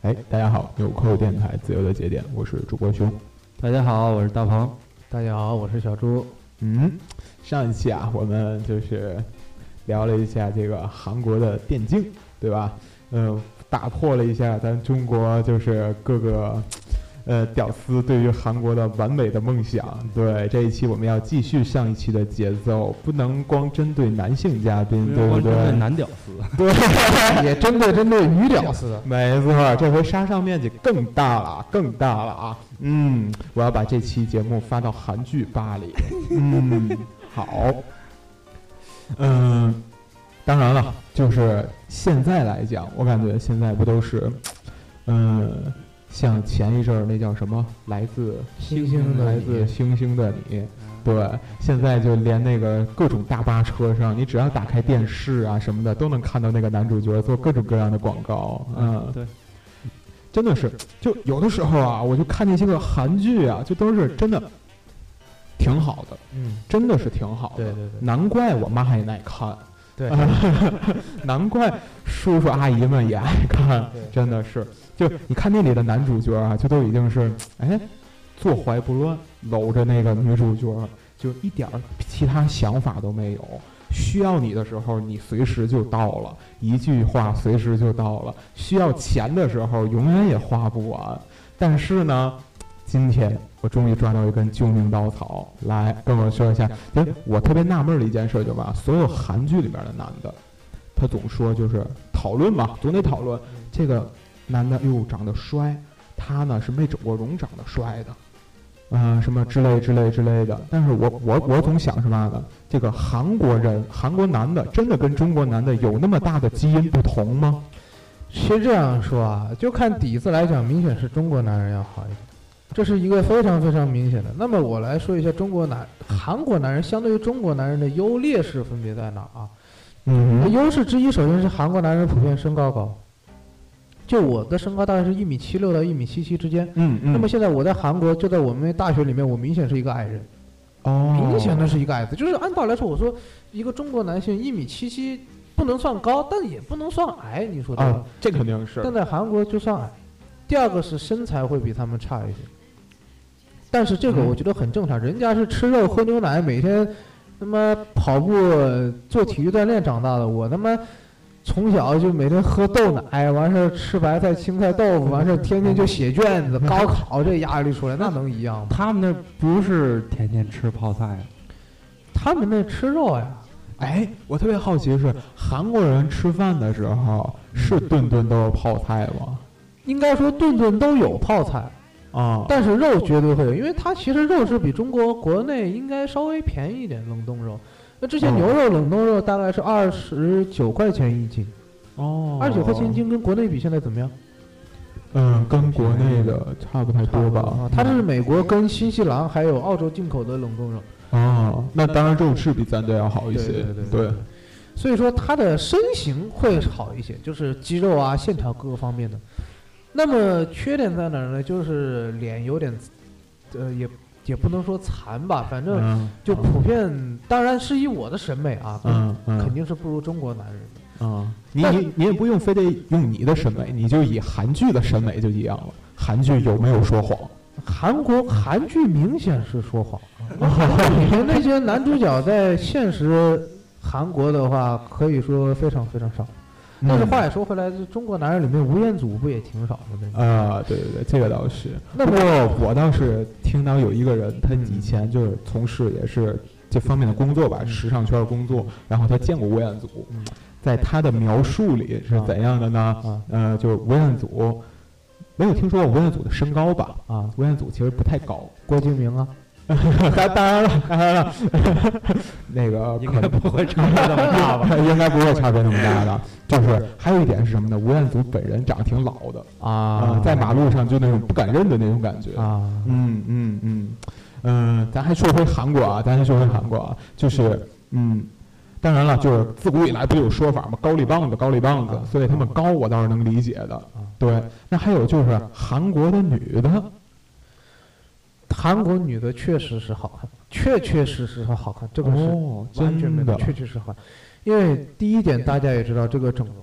大家好，纽扣电台自由的节点，我是主播熊。 大家好，我是大鹏。 大家好，我是小朱。 上一期啊，我们就是聊了一下这个韩国的电竞，对吧？打破了一下咱中国就是各个屌丝对于韩国的完美的梦想。对，这一期我们要继续上一期的节奏，不能光针对男性嘉宾，对不对？ 针对男屌丝， 对， 也针对女屌丝。 没错，这回杀伤面积更大了啊！我要把这期节目发到韩剧吧里。好。当然了，就是现在来讲，我感觉现在不都是，像前一阵儿那叫什么，来自星星的你，对，现在就连那个各种大巴车上，你只要打开电视啊什么的，都能看到那个男主角做各种各样的广告。 对， 真的是，就有的时候啊，我就看那些个韩剧啊，就都是真的挺好的，真的是挺好的。 对， 难怪我妈也爱看。 对， 难怪叔叔阿姨们也爱看，真的是。就你看那里的男主角啊，就都已经是坐怀不乱，搂着那个女主角，就一点其他想法都没有。需要你的时候，你随时就到了，一句话随时就到了。需要钱的时候，永远也花不完。但是呢，今天我终于抓到一根救命稻草，来跟我说一下。我特别纳闷的一件事，就吧，所有韩剧里边的男的，他总说就是讨论嘛，总得讨论这个男的又长得帅，他呢是没整过容长得帅的，什么之类的。但是我总想是嘛呢？这个韩国男的真的跟中国男的有那么大的基因不同吗？ 其实这样说啊，就看底子来讲，明显是中国男人要好一点。这是一个非常非常明显的。那么我来说一下韩国男人相对于中国男人的优劣势分别在哪啊？优势之一，首先是韩国男人普遍身高高。就我的身高大概是1.76米到1.77米之间。那么现在我在韩国，就在我们大学里面，我明显是一个矮人。明显的是一个矮子。就是按道理来说，我说一个中国男性1.77米不能算高，但也不能算矮，你说对吧？ 这肯定是。 但在韩国就算矮。第二个是身材会比他们差一些。但是这个我觉得很正常，人家是吃肉喝牛奶，每天他妈跑步做体育锻炼长大的，我他妈从小就每天喝豆奶，完事吃白菜青菜豆腐，完事天天就写卷子，高考这压力出来，那能一样吗？ 他们那不是天天吃泡菜， 他们那吃肉呀。 我特别好奇是韩国人吃饭的时候是顿顿都有泡菜吗？ 应该说顿顿都有泡菜。但是肉绝对会有，因为它其实肉是比中国国内应该稍微便宜一点，冷冻肉。那之前牛肉冷冻肉大概是29块钱一斤。29块钱一斤跟国内比现在怎么样？ 跟国内的差不太多吧。 它是美国跟新西兰还有澳洲进口的冷冻肉。 那当然肉质比咱这要好一些。对。 所以说它的身形会好一些，就是肌肉啊、线条各个方面的。那么缺点在哪儿呢？就是脸有点，也不能说残吧，反正就普遍，当然是以我的审美啊，肯定是不如中国男人的。 你也不用非得用你的审美，你就以韩剧的审美就一样了。韩剧有没有说谎？ 韩剧明显是说谎。里面那些男主角在现实韩国的话，可以说非常非常少。但是话也说回来，中国男人里面吴彦祖不也挺少的？ 对，这个倒是。不过我倒是听到有一个人，他以前就是从事也是这方面的工作吧，时尚圈工作，然后他见过吴彦祖，在他的描述里是怎样的呢？就是吴彦祖没有听说过吴彦祖的身高吧？吴彦祖其实不太高。 郭敬明啊。 当然了，那个应该不会差别那么大吧？ 应该不会差别那么大的。就是还有一点是什么呢？吴彦祖本人长得挺老的在马路上就那种不敢认的那种感觉咱还说回韩国啊，就是当然了，就是自古以来不有说法吗？高丽棒子，所以他们高我倒是能理解的。对，那还有就是韩国的女的。 韩国女的确实是好看，确实是好看，这个是完全没的，确实是好看。因为第一点大家也知道，这个整容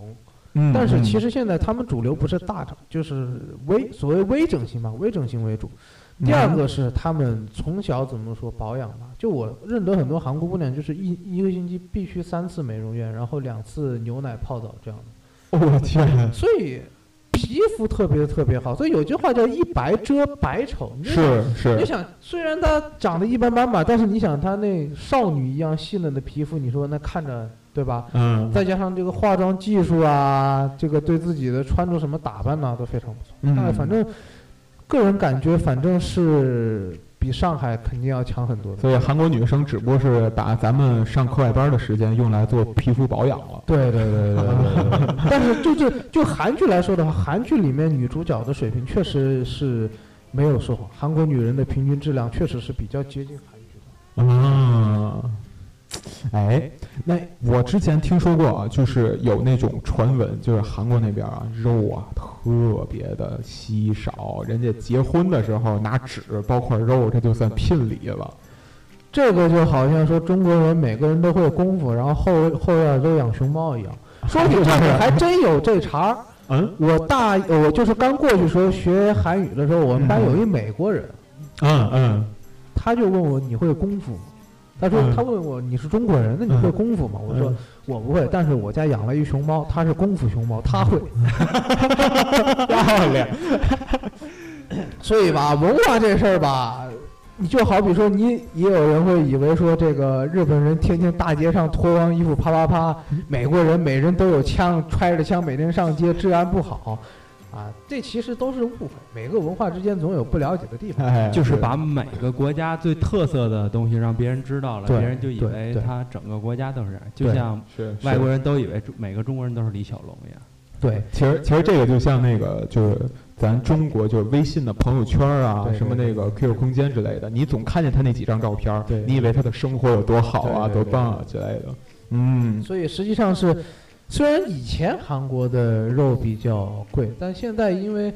但是其实现在他们主流不是大整，就是所谓微整形嘛，微整形为主。第二个是他们从小怎么说保养吧，就我认得很多韩国姑娘，就是一个星期必须3次美容院，然后2次牛奶泡澡这样的。 我天！ 所以皮肤特别好，所以有句话叫一白遮百丑。 是。 你想，虽然她长得一般般吧，但是你想她那少女一样细嫩的皮肤，你说那看着。对吧？再加上这个化妆技术啊，这个对自己的穿着什么打扮呢，都非常不错。反正个人感觉，反正是比上海肯定要强很多的。 所以韩国女生只不过是把咱们上课外班的时间用来做皮肤保养了。 对。但是就韩剧来说的话，韩剧里面女主角的水平确实是没有说谎，韩国女人的平均质量确实是比较接近韩剧的。 哎，那我之前听说过啊，就是有那种传闻，就是韩国那边啊，肉啊特别的稀少，人家结婚的时候拿纸包块肉，这就算聘礼了。 这个就好像说中国人每个人都会功夫，然后后院都养熊猫一样。说起这个，还真有这茬。我就是刚过去时候学韩语的时候，我们班有一美国人，他就问我你会功夫吗？他问我你是中国人，那你会功夫吗？我说我不会，但是我家养了一熊猫，它是功夫熊猫，它会。 漂亮。 所以吧，文化这事儿吧，你就好比说，也有人会以为说这个日本人天天大街上脱光衣服啪啪啪，美国人每人都有枪，揣着枪每天上街，治安不好。这其实都是误会，每个文化之间总有不了解的地方。 就是把每个国家最特色的东西让别人知道了，别人就以为他整个国家都是这样，就像外国人都以为每个中国人都是李小龙一样。 对， 其实这个就像那个就是咱中国就是微信的朋友圈啊，什么那个 QQ 空间之类的，你总看见他那几张照片，你以为他的生活有多好啊，多棒啊之类的。 所以实际上是。虽然以前韩国的肉比较贵，但现在因为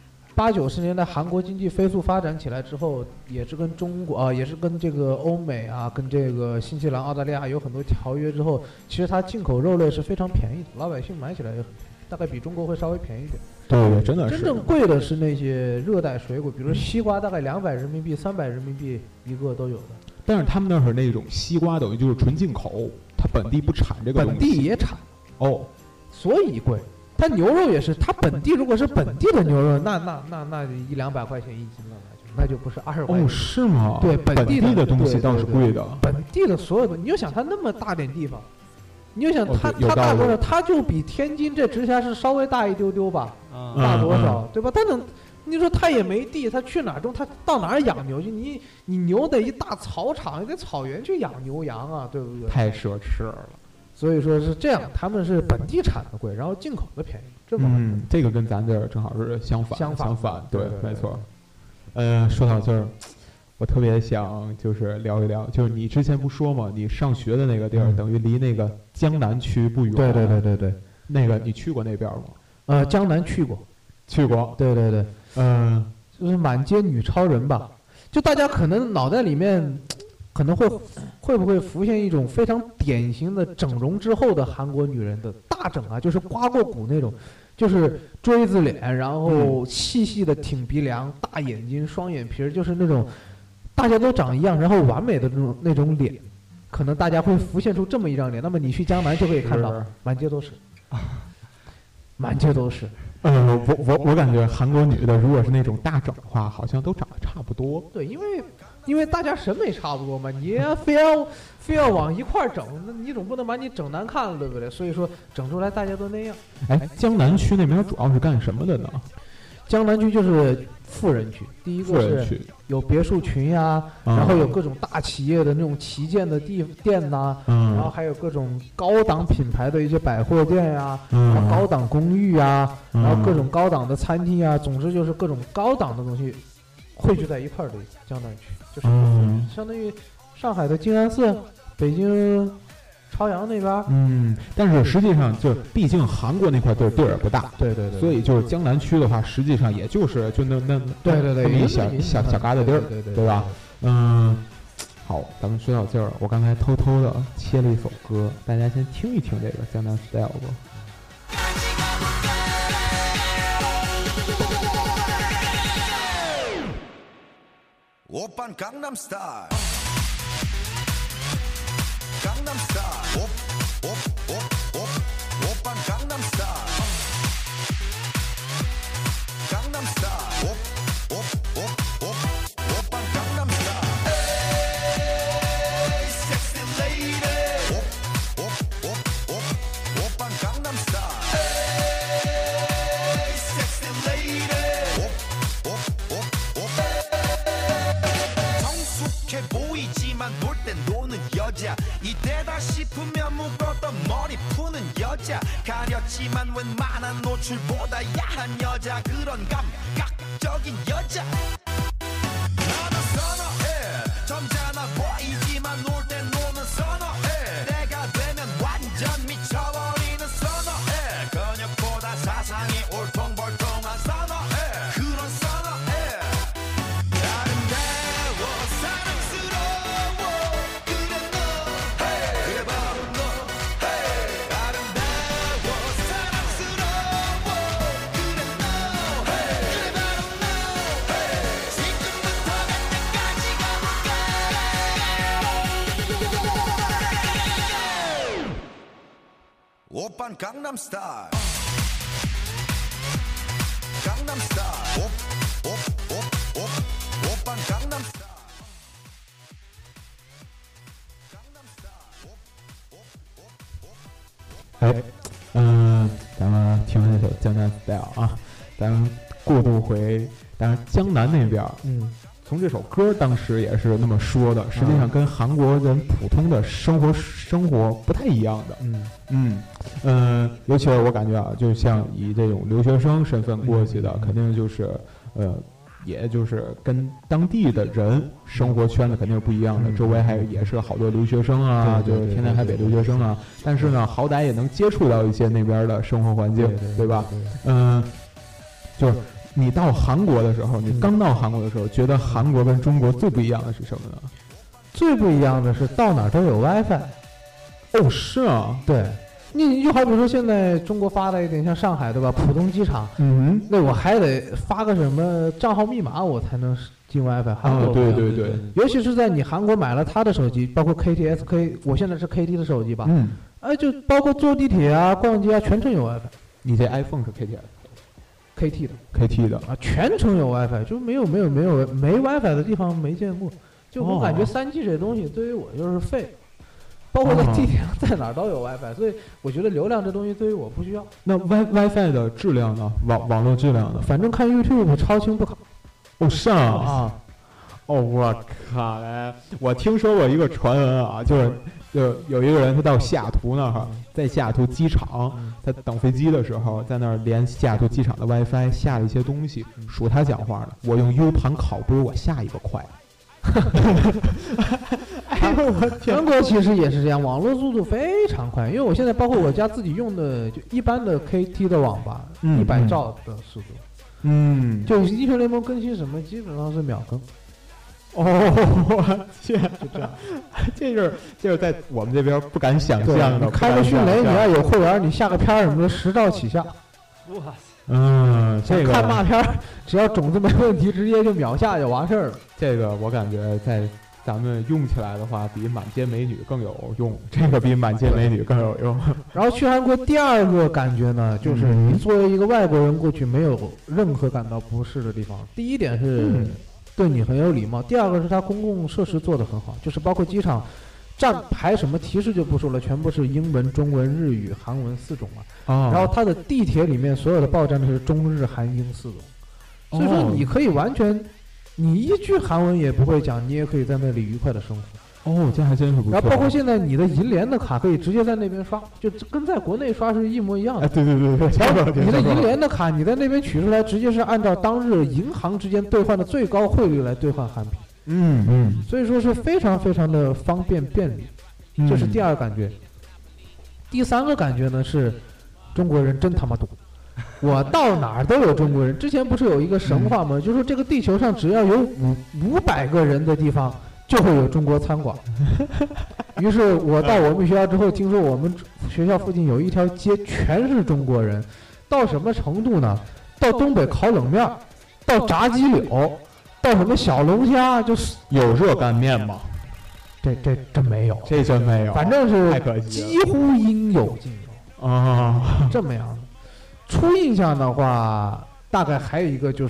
80、90年代韩国经济飞速发展起来之后，也是跟中国也是跟这个欧美跟这个新西兰、澳大利亚有很多条约之后，其实它进口肉类是非常便宜的，老百姓买起来大概比中国会稍微便宜一点。 对，真的是。 真正贵的是那些热带水果，比如西瓜，大概200人民币、300人民币一个都有的。 但是他们那儿那种西瓜等于就是纯进口，它本地不产这个东西。 本地也产。所以贵。它牛肉也是，它本地如果是本地的牛肉，那100-200块钱一斤了，那就不是20块钱。 是吗？ 对，本地的东西倒是贵的。 本地的所有的，你就想它那么大点地方，你就想它大多少？它就比天津这直辖市稍微大一丢丢吧，大多少，对吧？你说他也没地，他去哪儿种？他到哪儿养牛去？你牛得一大草场，你得草原去养牛羊啊，对不对？ 太奢侈了。 所以说是这样，他们是本地产的贵，然后进口的便宜，这么这个跟咱这儿正好是相反，对，没错。说到这儿，我特别想就是聊一聊，就是你之前不说吗？你上学的那个地儿，等于离那个江南区不远。 对。 那个你去过那边吗？ 江南去过。对。就是满街女超人吧，就大家可能脑袋里面。可能会不会浮现一种非常典型的整容之后的韩国女人的大整啊，就是刮过骨那种，就是锥子脸，然后细细的挺鼻梁，大眼睛，双眼皮，就是那种大家都长一样，然后完美的那种脸，可能大家会浮现出这么一张脸。那么你去江南就可以看到，满街都是，满街都是。 我感觉韩国女的如果是那种大整的话，好像都长得差不多。 对，因为大家审美差不多嘛，你非要往一块整，那你总不能把你整难看了，对不对？所以说整出来大家都那样。 江南区那边主要是干什么的呢？ 江南区就是富人区，第一个是有别墅群呀，然后有各种大企业的那种旗舰的店呐，然后还有各种高档品牌的一些百货店呀，然后高档公寓呀，然后各种高档的餐厅呀，总之就是各种高档的东西汇聚在一块儿的江南区，就是相当于上海的静安寺、北京朝阳那边。 但是实际上就是，毕竟韩国那块地儿也不大， 对， 所以就是江南区的话，实际上也就是就那对一小疙瘩地儿，对吧？好，咱们说到这儿，我刚才偷偷的切了一首歌，大家先听一听这个江南 Style 吧。 오빤 강남스타일 강남스타일 오빤 강남스타일 강남스타일 오빤 강남스타일 에이 섹시 레이디 오빤 강남스타일 에이 섹시 레이디 성숙해 보이지만 놀 땐 노는 여자 이때다 싶으면 묶었던 머리 푸는 여자 가렸지만 웬만한 노출보다 야한 여자 그런 감각적인 여자 나는 선어해 점잖아 보이지만 놀 땐 노는 선어해 내가 되면 완전 미쳐버리는 선어해 근육보다 사상이 울퉁불퉁한 선어해 그런 선어해 아름다워 사랑스러워 그래 너 그래 바로 너 아름다워 사랑스러워 그래 너 그래 바로 너 지금부터 갈 때까지 가볼까 오빤 강남스타일 강남스타일 오빤 강남스타일 咱们听完这首江南 style 啊，咱们过渡回，当然江南那边，从这首歌当时也是那么说的，实际上跟韩国人普通的生活不太一样的，尤其是我感觉啊，就像以这种留学生身份过去的，肯定就是也就是跟当地的人生活圈子肯定是不一样的，周围还也是好多留学生啊，就是天南海北留学生啊，但是呢，好歹也能接触到一些那边的生活环境，对吧？就是你到韩国的时候，你刚到韩国的时候，觉得韩国跟中国最不一样的是什么呢？ 最不一样的是到哪都有 WiFi。 哦，是啊， 对。你就好比说现在中国发达一点，像上海对吧？浦东机场，那我还得发个什么账号密码我才能进 WiFi。 对， 尤其是在你韩国买了他的手机，包括 KT-SK， 我现在是 KT 的手机吧，就包括坐地铁啊、逛街啊，全程有 WiFi。 你这 iPhone 是 KT 的啊，全程有 WiFi， 就没 WiFi 的地方没见过。就我感觉3G 这东西对于我就是废。包括在地铁上，在哪儿都有 WiFi，所以我觉得流量这东西对于我不需要。 那 WiFi 的质量呢？网络质量呢？ 反正看 YouTube 超清不卡。 哦，是啊。哦，我靠！我听说过一个传闻啊，就有一个人他到西雅图那儿，在西雅图机场，他等飞机的时候，在那儿连西雅图机场的 WiFi 下了一些东西，数他讲话呢，我用 U 盘拷不如我下一个快。 韩国其实也是这样，网络速度非常快。因为我现在包括我家自己用的就一般的 KT 的网吧，100兆的速度，就英雄联盟更新什么基本上是秒更。 哦，我天，就这样，这是在我们这边不敢想象的。 开个迅雷，你要有会员，你下个片什么的10兆起下。 哇塞！ 这个看骂片，只要种子没问题，直接就秒下就完事儿了。 这个我感觉在咱们用起来的话，比满街美女更有用。这个比满街美女更有用。 然后去韩国第二个感觉呢，就是你作为一个外国人过去，没有任何感到不适的地方。第一点是对你很有礼貌，第二个是它公共设施做得很好，就是包括机场。站牌什么提示就不说了，全部是英文、中文、日语、韩文4种嘛。然后它的地铁里面所有的报站都是中日韩英4种，所以说你可以完全，你一句韩文也不会讲，你也可以在那里愉快的生活。这还真是不错。 然后包括现在你的银联的卡可以直接在那边刷，就跟在国内刷是一模一样的。 对。 你的银联的卡你在那边取出来，直接是按照当日银行之间兑换的最高汇率来兑换韩币。所以说是非常非常的方便便利，这是第二个感觉。第三个感觉呢是，中国人真他妈多，我到哪儿都有中国人。之前不是有一个神话吗？就是说这个地球上只要有500个人的地方，就会有中国餐馆。于是我到我们学校之后，听说我们学校附近有一条街全是中国人，到什么程度呢？到东北烤冷面，到炸鸡柳。 到什么小龙虾，就是有热干面吗？ 这真没有， 这真没有， 反正是太可惜了， 几乎应有尽有啊， 这么样的。初印象的话，大概还有一个就是，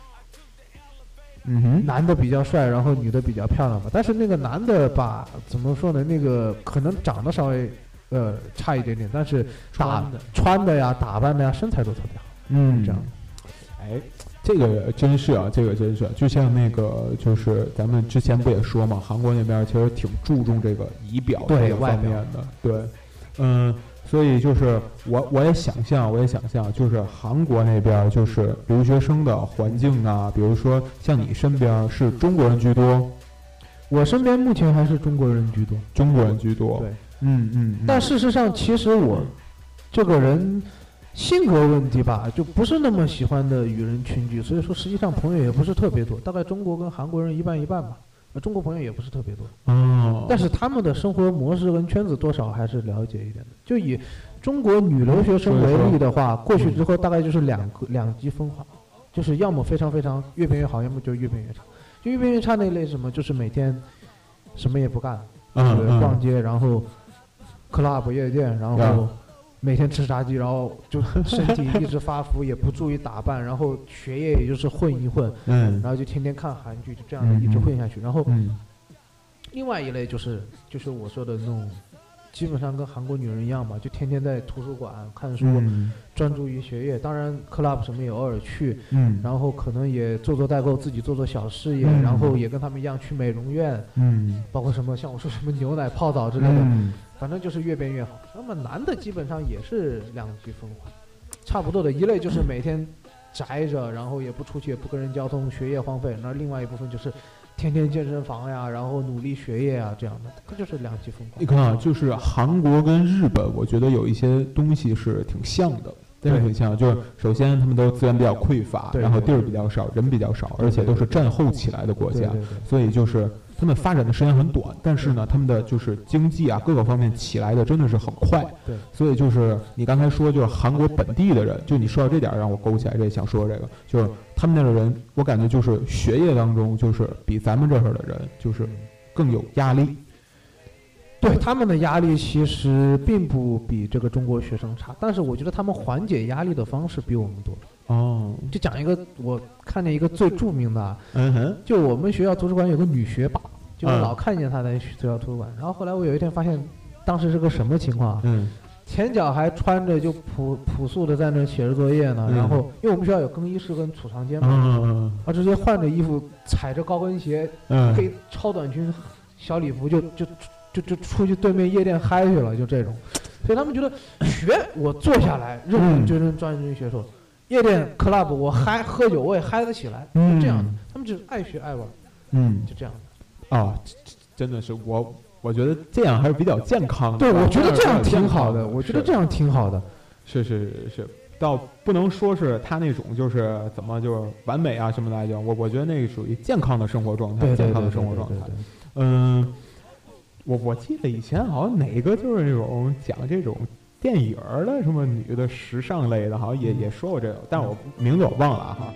男的比较帅，然后女的比较漂亮吧。但是那个男的吧，怎么说呢？那个可能长得稍微差一点点，但是穿的呀、打扮的呀、身材都特别好。这样。 哎。这个真是啊，这个真是，就像那个，就是咱们之前不也说嘛，韩国那边其实挺注重这个仪表这个方面的，对，所以就是我也想象，就是韩国那边就是留学生的环境啊，比如说像你身边是中国人居多， 我身边目前还是中国人居多， 对， 但事实上，其实我这个人。性格问题吧，就不是那么喜欢的与人群居，所以说实际上朋友也不是特别多，大概中国跟韩国人一半一半吧。中国朋友也不是特别多，但是他们的生活模式跟圈子多少还是了解一点的。就以中国女留学生为例的话，过去之后大概就是两极分化，就是要么非常非常越变越好，要么就越变越差。就越变越差那一类什么，就是每天什么也不干，逛街，然后 club 夜店，然后。每天吃炸鸡，然后就身体一直发福，也不注意打扮，然后学业也就是混一混，然后就天天看韩剧，就这样的一直混下去。然后，另外一类就是我说的那种，基本上跟韩国女人一样吧，就天天在图书馆看书，专注于学业。当然 club 什么也偶尔去，然后可能也做代购，自己做小事业，然后也跟他们一样去美容院，包括什么像我说什么牛奶泡澡之类的。反正就是越变越好。那么男的基本上也是两极分化，差不多的一类就是每天宅着，然后也不出去，也不跟人交通，学业荒废。那另外一部分就是天天健身房呀，然后努力学业啊这样的，这就是两极分化。 你看啊，就是韩国跟日本，我觉得有一些东西是挺像的。挺像，就是首先他们都资源比较匮乏，然后地儿比较少，人比较少，而且都是战后起来的国家，所以就是他们发展的时间很短，但是呢，他们的就是经济啊各个方面起来的真的是很快。 对， 所以就是你刚才说，就是韩国本地的人，就你说到这点让我勾起来，这想说这个，就是他们那的人，我感觉就是学业当中就是比咱们这儿的人就是更有压力。 对，他们的压力其实并不比这个中国学生差，但是我觉得他们缓解压力的方式比我们多。就讲一个我看见一个最著名的，就我们学校图书馆有个女学霸，就我老看见她在学校图书馆，然后后来我有一天发现，当时是个什么情况啊？前脚还穿着就朴素的在那写着作业呢，然后因为我们学校有更衣室跟储藏间嘛，他直接换着衣服，踩着高跟鞋，黑超短裙、小礼服就出去对面夜店嗨去了，就这种。所以他们觉得我坐下来认认真真专心学术，夜店 club 我喝酒我也嗨得起来，就这样的。他们就是爱学爱玩，就这样的。 真的是我觉得这样还是比较健康的。 对，我觉得这样挺好的。我觉得这样挺好的。 是，倒不能说是他那种就是怎么就是完美啊什么来讲，我觉得那个属于健康的生活状态，健康的生活状态。我记得以前好像哪个就是那种讲这种电影的什么女的时尚类的，好像也说过这个，但是我名字我忘了哈。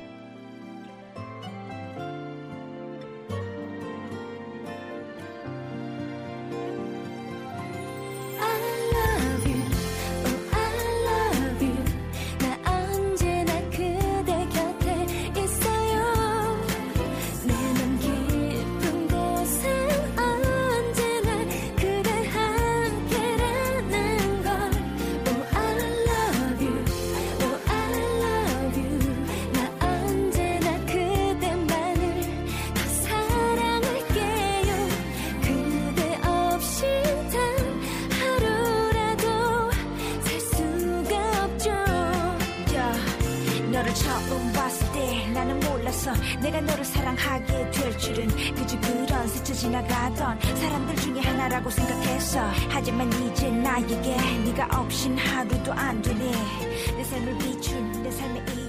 내가 너를 사랑하게 될 줄은 그저 그런 스쳐 지나가던 사람들 중에 하나라고 생각했어. 하지만 이제 나에게 네가 없인 하루도 안 되네. 내 삶을 비춘 내 삶의